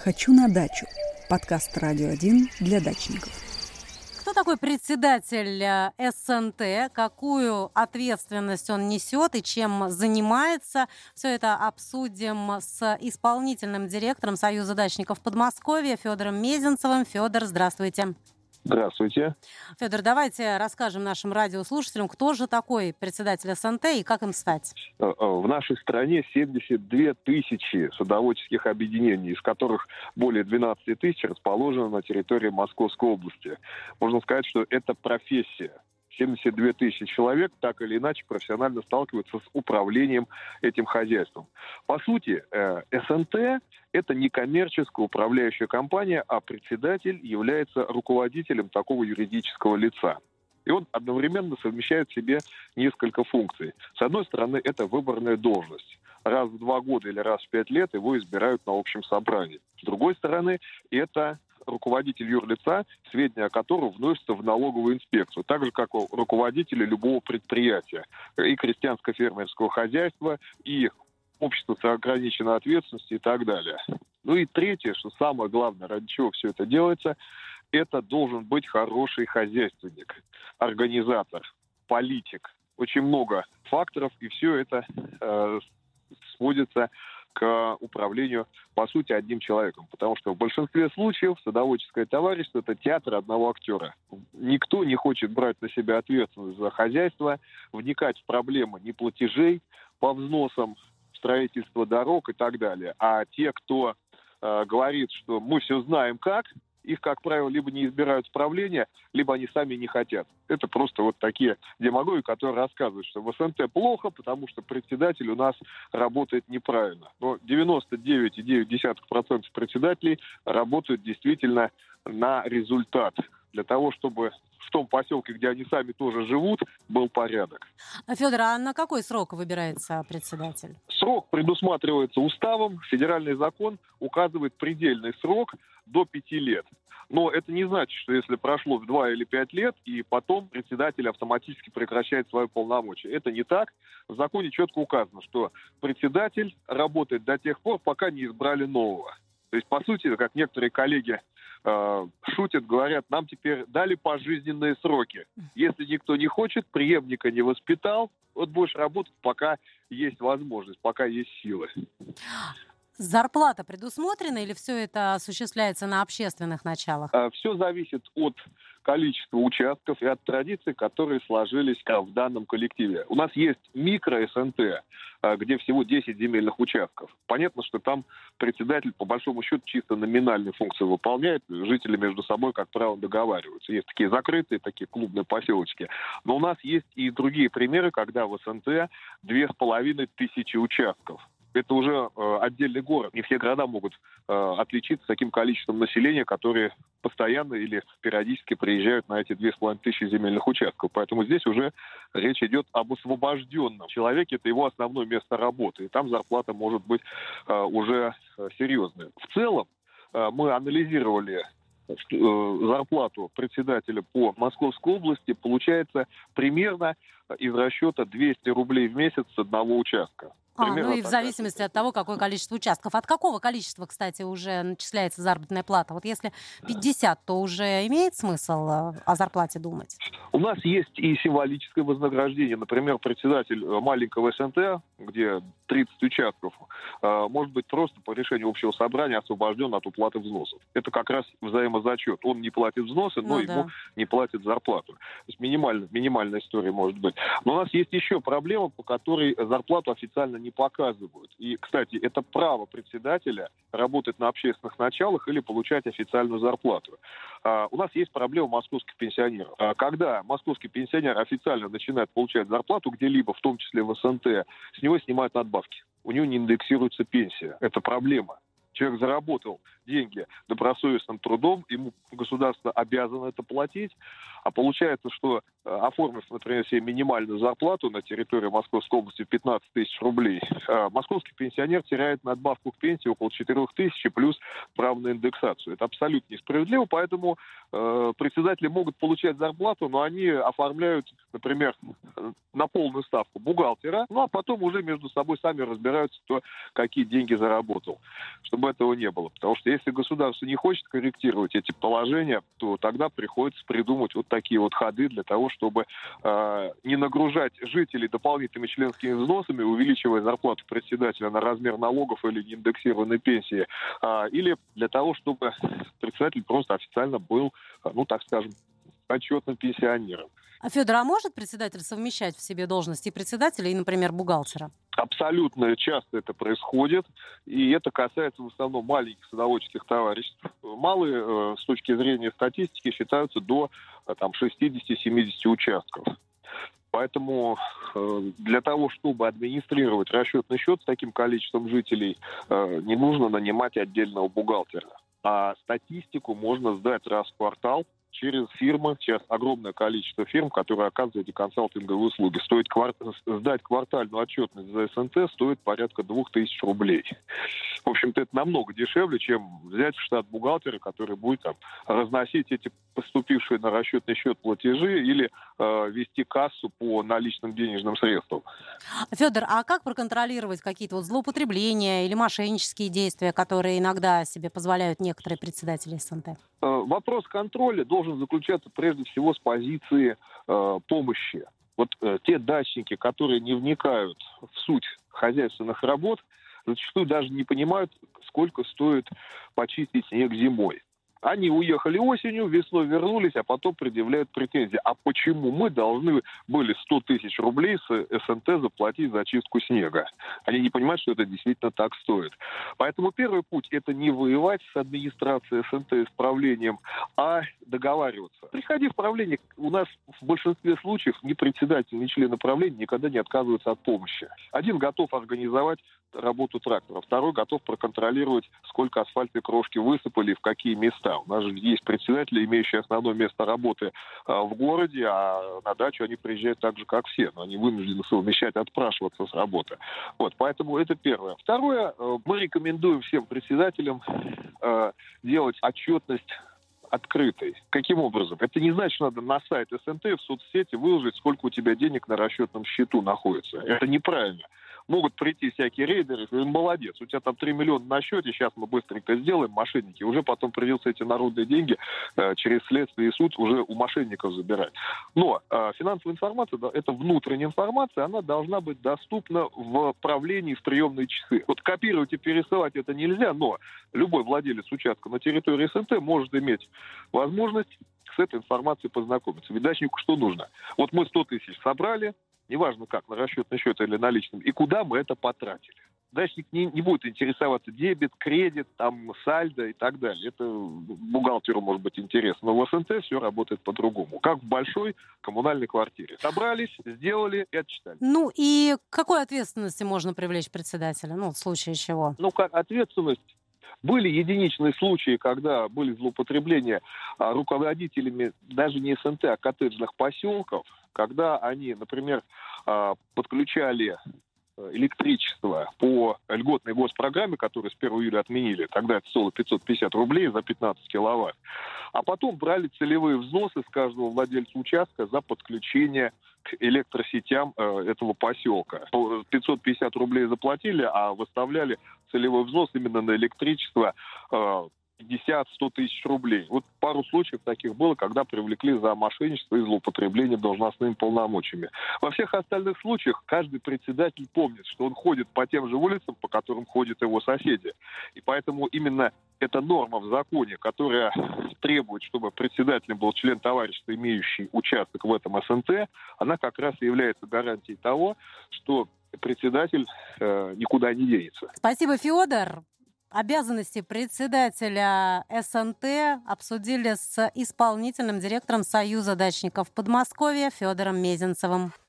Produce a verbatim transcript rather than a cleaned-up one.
«Хочу на дачу» – подкаст «Радио один» для дачников. Кто такой председатель эс эн тэ, какую ответственность он несет и чем занимается? Все это обсудим с исполнительным директором Союза дачников Подмосковья Федором Мезенцевым. Федор, здравствуйте. Здравствуйте. Федор, давайте расскажем нашим радиослушателям, кто же такой председатель эс эн тэ и как им стать. В нашей стране семьдесят две тысячи садоводческих объединений, из которых более двенадцать тысяч расположены на территории Московской области. Можно сказать, что это профессия. семьдесят две тысячи человек так или иначе профессионально сталкиваются с управлением этим хозяйством. По сути, эс эн тэ – это не коммерческая управляющая компания, а председатель является руководителем такого юридического лица. И он одновременно совмещает в себе несколько функций. С одной стороны, это выборная должность. Раз в два года или раз в пять лет его избирают на общем собрании. С другой стороны, это руководитель юрлица, сведения о котором вносятся в налоговую инспекцию, так же, как у руководителя любого предприятия, и крестьянско-фермерского хозяйства, и общества с ограниченной ответственностью и так далее. Ну и третье, что самое главное, ради чего все это делается, это должен быть хороший хозяйственник, организатор, политик. Очень много факторов, и все это э, сводится к управлению, по сути, одним человеком. Потому что в большинстве случаев садоводческое товарищество – это театр одного актера. Никто не хочет брать на себя ответственность за хозяйство, вникать в проблемы неплатежей по взносам, строительства дорог и так далее. А те, кто э, говорит, что мы все знаем как, их, как правило, либо не избирают в правление, либо они сами не хотят. Это просто вот такие демагоги, которые рассказывают, что в эс эн тэ плохо, потому что председатель у нас работает неправильно. Но девяносто девять целых девять десятых процента председателей работают действительно на результат. Для того, чтобы в том поселке, где они сами тоже живут, был порядок. Федор, а на какой срок выбирается председатель? Срок предусматривается уставом. Федеральный закон указывает предельный срок до пяти лет. Но это не значит, что если прошло два или пять лет, и потом председатель автоматически прекращает свои полномочия. Это не так. В законе четко указано, что председатель работает до тех пор, пока не избрали нового. То есть, по сути, как некоторые коллеги э, шутят, говорят, нам теперь дали пожизненные сроки. Если никто не хочет, преемника не воспитал, вот будешь работать, пока есть возможность, пока есть силы. Зарплата предусмотрена или все это осуществляется на общественных началах? Все зависит от количества участков и от традиций, которые сложились в данном коллективе. У нас есть микро-эс эн тэ, где всего десять земельных участков. Понятно, что там председатель, по большому счету, чисто номинальные функции выполняет. Жители между собой, как правило, договариваются. Есть такие закрытые, такие клубные поселочки. Но у нас есть и другие примеры, когда в эс эн тэ две с половиной тысячи участков. Это уже э, отдельный город. Не все города могут э, отличиться таким количеством населения, которые постоянно или периодически приезжают на эти две с половиной тысячи земельных участков. Поэтому здесь уже речь идет об освобожденном человеке. Это его основное место работы. И там зарплата может быть э, уже э, серьезная. В целом э, мы анализировали зарплату председателя по Московской области. Получается примерно из расчета двести рублей в месяц с одного участка. А, ну и в зависимости от того, какое количество участков. От какого количества, кстати, уже начисляется заработная плата? Вот если пятьдесят, то уже имеет смысл о зарплате думать? У нас есть и символическое вознаграждение. Например, председатель маленького эс эн тэ, где тридцать участков, может быть просто по решению общего собрания освобожден от уплаты взносов. Это как раз взаимозачет. Он не платит взносы, но ну, да. ему не платит зарплату. То есть минимальная, минимальная история может быть. Но у нас есть еще проблема, по которой зарплату официально не показывают. И, кстати, это право председателя работать на общественных началах или получать официальную зарплату. А, у нас есть проблема московских пенсионеров. А, когда московский пенсионер официально начинает получать зарплату где-либо, в том числе в эс эн тэ, с него снимают надбавки. У него не индексируется пенсия. Это проблема. Человек заработал деньги добросовестным трудом, ему государство обязано это платить, А получается, что оформив, например, себе минимальную зарплату на территории Московской области в пятнадцать тысяч рублей, московский пенсионер теряет надбавку к пенсии около четыре тысячи плюс право на индексацию. Это абсолютно несправедливо, поэтому э, председатели могут получать зарплату, но они оформляют, например, на полную ставку бухгалтера, ну а потом уже между собой сами разбираются, кто какие деньги заработал, чтобы этого не было. Потому что если государство не хочет корректировать эти положения, то тогда приходится придумать вот такие вот ходы для того, чтобы э, не нагружать жителей дополнительными членскими взносами, увеличивая зарплату председателя на размер налогов или неиндексированной пенсии, э, или для того, чтобы председатель просто официально был, ну так скажем, отчетным пенсионером. А, Федор, а может председатель совмещать в себе должности председателя и, например, бухгалтера? Абсолютно часто это происходит, и это касается в основном маленьких садоводческих товариществ. Малые, э, с точки зрения статистики, считаются до э, там, шестьдесят-семьдесят участков. Поэтому э, для того, чтобы администрировать расчетный счет с таким количеством жителей, э, не нужно нанимать отдельного бухгалтера. А статистику можно сдать раз в квартал через фирмы. Сейчас огромное количество фирм, которые оказывают эти консалтинговые услуги. Стоит квар... сдать квартальную отчетность за СНТ стоит порядка двух тысяч рублей. В общем-то, это намного дешевле, чем взять в штат бухгалтера, который будет там разносить эти поступившие на расчетный счет платежи или э, вести кассу по наличным денежным средствам. Федор, а как проконтролировать какие-то вот злоупотребления или мошеннические действия, которые иногда себе позволяют некоторые председатели СНТ? Э, вопрос контроля должен заключаться прежде всего с позиции э, помощи. Вот э, те дачники, которые не вникают в суть хозяйственных работ, зачастую даже не понимают, сколько стоит почистить снег зимой. Они уехали осенью, весной вернулись, а потом предъявляют претензии. А почему мы должны были сто тысяч рублей с СНТ заплатить за чистку снега? Они не понимают, что это действительно так стоит. Поэтому первый путь – это не воевать с администрацией СНТ и с правлением, а договариваться. Приходи в правление, у нас в большинстве случаев ни председатель, ни члены правления никогда не отказываются от помощи. Один готов организовать работу трактора, второй готов проконтролировать, сколько асфальтной крошки высыпали и в какие места. У нас же есть председатели, имеющие основное место работы а, в городе, а на дачу они приезжают так же, как все, но они вынуждены совмещать, отпрашиваться с работы. Вот, поэтому это первое. Второе, мы рекомендуем всем председателям э, делать отчетность открытой. Каким образом? Это не значит, что надо на сайт СНТ в соцсети выложить, сколько у тебя денег на расчетном счету находится. Это неправильно. Могут прийти всякие рейдеры и говорят: молодец, у тебя там три миллиона на счете, сейчас мы быстренько сделаем, мошенники. Уже потом придется эти народные деньги э, через следствие и суд уже у мошенников забирать. Но э, финансовая информация, да, это внутренняя информация, она должна быть доступна в правлении в приемные часы. Вот копировать и пересылать это нельзя, но любой владелец участка на территории СНТ может иметь возможность с этой информацией познакомиться. Ведь дачнику что нужно? Вот мы сто тысяч собрали, неважно как, на расчетный счет или наличным, и куда мы это потратили. Дачник не, не будет интересоваться дебет, кредит, там, сальдо и так далее. Это бухгалтеру может быть интересно. Но в СНТ все работает по-другому. Как в большой коммунальной квартире. Собрались, сделали и отчитали. Ну и к какой ответственности можно привлечь председателя? Ну, в случае чего? Ну, как ответственность. Были единичные случаи, когда были злоупотребления а, руководителями даже не СНТ, а коттеджных поселков, когда они, например, а, подключали электричество по льготной госпрограмме, которую с первого июля отменили, тогда это стоило пятьсот пятьдесят рублей за пятнадцать киловатт, а потом брали целевые взносы с каждого владельца участка за подключение к электросетям э, этого поселка. пятьсот пятьдесят рублей заплатили, а выставляли целевой взнос именно на электричество э, пятьдесят-сто тысяч рублей. Вот пару случаев таких было, когда привлекли за мошенничество и злоупотребление должностными полномочиями. Во всех остальных случаях каждый председатель помнит, что он ходит по тем же улицам, по которым ходят его соседи. И поэтому именно эта норма в законе, которая требует, чтобы председателем был член товарищества, имеющий участок в этом СНТ, она как раз и является гарантией того, что председатель э, никуда не денется. Спасибо, Федор. Обязанности председателя СНТ обсудили с исполнительным директором Союза дачников Подмосковья Федором Мезенцевым.